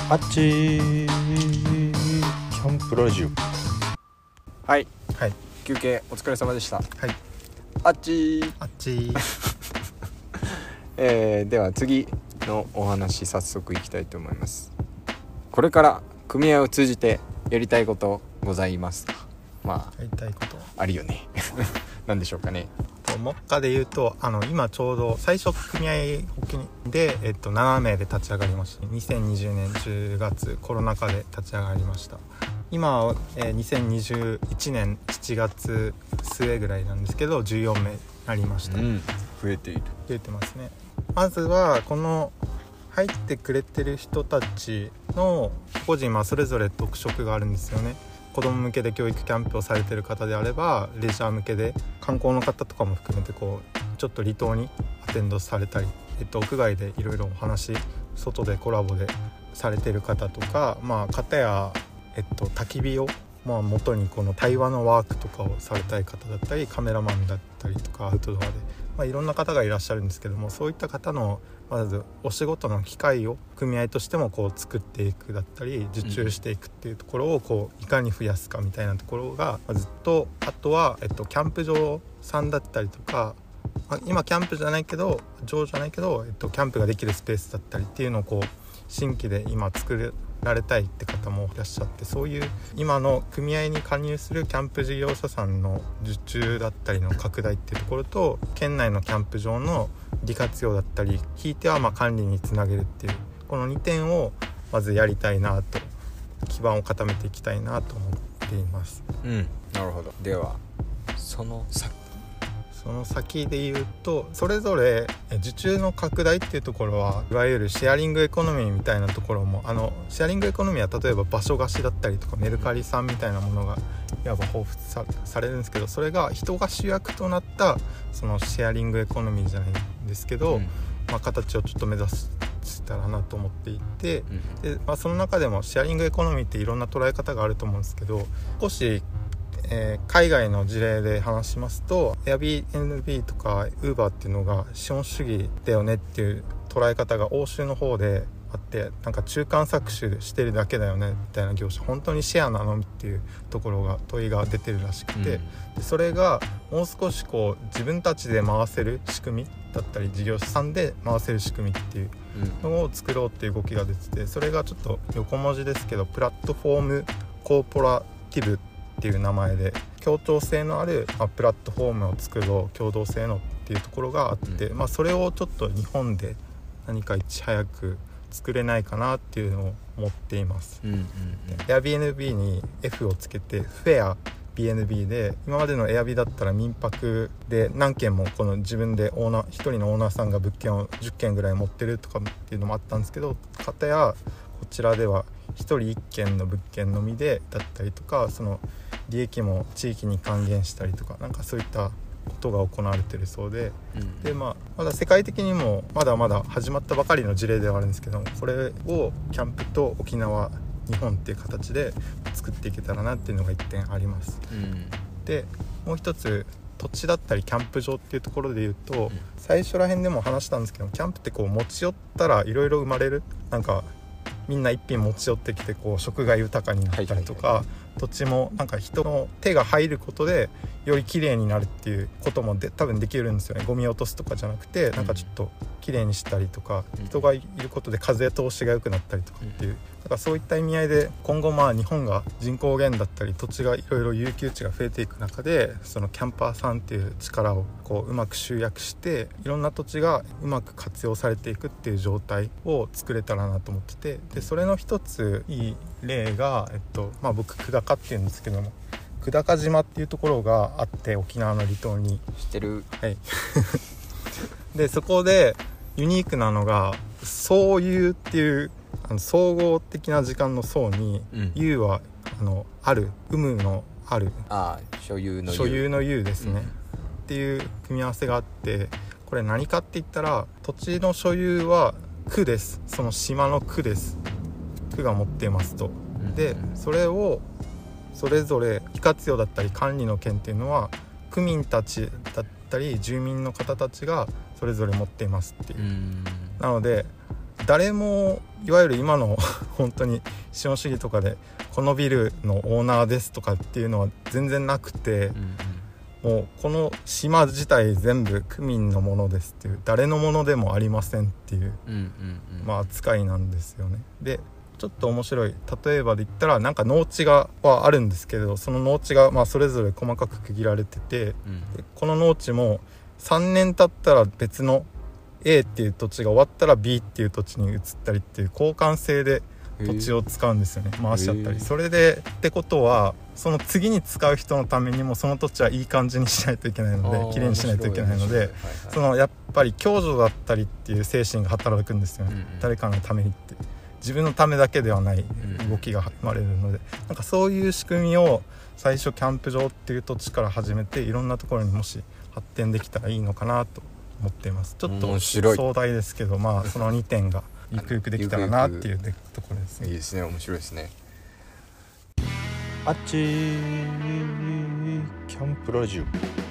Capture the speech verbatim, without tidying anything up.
あっちーキャンプラジオ。 はい、 はい、 休憩お疲れ様でした。 はい、 あっちーあっちー、 えー、では次のお話早速いきたいと思います。これから組合を通じてやりたいことございますか。まあやりたいことあるよねなんでしょうかね。 目下で言うと、あの今ちょうど最初組合発起で、えっと、ななめいで立ち上がりました。にせんにじゅうねんじゅうがつコロナ禍で立ち上がりました。今は、えー、にせんにじゅういちねんしちがつ末ぐらいなんですけどじゅうよんめいになりました、 うん、増えている増えてますね。まずはこの入ってくれてる人たちの個人、まあ、それぞれ特色があるんですよね。子供向けで教育キャンプをされている方であれば、レジャー向けで観光の方とかも含めてこうちょっと離島にアテンドされたり、えっと、屋外でいろいろお話外でコラボでされている方とか、まあ方や、えっと、焚き火を、まあ、元にこの対話のワークとかをされたい方だったり、カメラマンだったりとかアウトドアで、まあ、いろんな方がいらっしゃるんですけども、そういった方のまずお仕事の機会を組合としてもこう作っていくだったり受注していくっていうところをこういかに増やすかみたいなところがずっと、あとは、えっと、キャンプ場さんだったりとか、まあ、今キャンプじゃないけど場じゃないけど、えっと、キャンプができるスペースだったりっていうのをこう新規で今作られたいって方もいらっしゃって、そういう今の組合に加入するキャンプ事業者さんの受注だったりの拡大っていうところと、県内のキャンプ場の利活用だったり、ひいてはまあ管理につなげるっていうこのにてんをまずやりたいなと、基盤を固めていきたいなと思っています。 うん、なるほど。ではその先その先で言うと、それぞれ受注の拡大っていうところはいわゆるシェアリングエコノミーみたいなところも、あのシェアリングエコノミーは例えば場所貸しだったりとかメルカリさんみたいなものがいわば豊富 さ, されるんですけど、それが人が主役となったそのシェアリングエコノミーじゃないんですけど、うん、まあ、形をちょっと目指したらなと思っていて、うん、でまあ、その中でもシェアリングエコノミーっていろんな捉え方があると思うんですけど、少しえー、海外の事例で話しますと Airbnb とか Uber っていうのが資本主義だよねっていう捉え方が欧州の方であって、なんか中間搾取してるだけだよねみたいな業者、本当にシェアなのっていうところが問いが出てるらしくて、うん、でそれがもう少しこう自分たちで回せる仕組みだったり事業者さんで回せる仕組みっていうのを作ろうっていう動きが出てて、それがちょっと横文字ですけどプラットフォームコーポラティブっていう名前で、協調性のある、まあ、プラットフォームを作ろう、共同性のっていうところがあって、うん、まあ、それをちょっと日本で何かいち早く作れないかなっていうのを思っています、うんうんうん、Airbnb に F をつけてフェア ビーエヌビー で、今までの Airb だったら民泊で何件もこの自分でオーナー一人のオーナーさんが物件をじゅっけんぐらい持ってるとかっていうのもあったんですけど、片やこちらではひとりいっけんの物件のみでだったりとか、その利益も地域に還元したりとか、なんかそういったことが行われているそうで、うん、でまあまだ世界的にもまだまだ始まったばかりの事例ではあるんですけども、これをキャンプと沖縄日本っていう形で作っていけたらなっていうのがいってんあります、うん、でもう一つ土地だったりキャンプ場っていうところで言うと、うん、最初ら辺でも話したんですけど、キャンプってこう持ち寄ったらいろいろ生まれる、なんかみんな一品持ち寄ってきてこう食が豊かになったりとか、はいはいはい、土地もなんか人の手が入ることでより綺麗になるっていうこともで多分できるんですよね。ゴミ落とすとかじゃなくて、なんかちょっと綺麗にしたりとか、うん、人がいることで風通しが良くなったりとかっていう、うん、だからそういった意味合いで今後まあ日本が人口減だったり土地がいろいろ有給地が増えていく中で、そのキャンパーさんっていう力をこううまく集約していろんな土地がうまく活用されていくっていう状態を作れたらなと思ってて、でそれの一ついい例が、えっとまあ、僕久高っていうんですけども、久高島っていうところがあって、沖縄の離島に知ってる、 はいでそこでユニークなのが総有っていうあの総合的な時間の総に、うん、有はあのある有無のある、 あ所有の有所有の有ですね、うん、っていう組み合わせがあって、これ何かって言ったら土地の所有は区です。その島の区です。区が持っていますと。でそれをそれぞれ非活用だったり管理の権っていうのは区民たちだったり住民の方たちがそれぞれ持っていますっていう。うなので誰もいわゆる今の本当に資本主義とかでこのビルのオーナーですとかっていうのは全然なくて、うんうん、もうこの島自体全部区民のものですっていう、誰のものでもありませんっていう、うんうんうん、まあ、扱いなんですよね。でちょっと面白い例えばで言ったら、なんか農地がはあるんですけど、その農地がまあそれぞれ細かく区切られてて、うん、でこの農地もさんねん経ったら別の A っていう土地が終わったら B っていう土地に移ったりっていう交換制で土地を使うんですよね、回しちゃったり。それでってことは、その次に使う人のためにもその土地はいい感じにしないといけないので、きれいにしないといけないので、はいはい、そのやっぱり共助だったりっていう精神が働くんですよね、うんうん、誰かのためにって、自分のためだけではない動きが生まれるので、なんかそういう仕組みを最初キャンプ場っていう土地から始めて、いろんなところにもし発展できたらいいのかなと思っています。ちょっと壮大ですけど、まあそのにてんがゆくゆくできたらなっていうところですね。 いいですね、面白いですね。 あっちキャンプラジオ。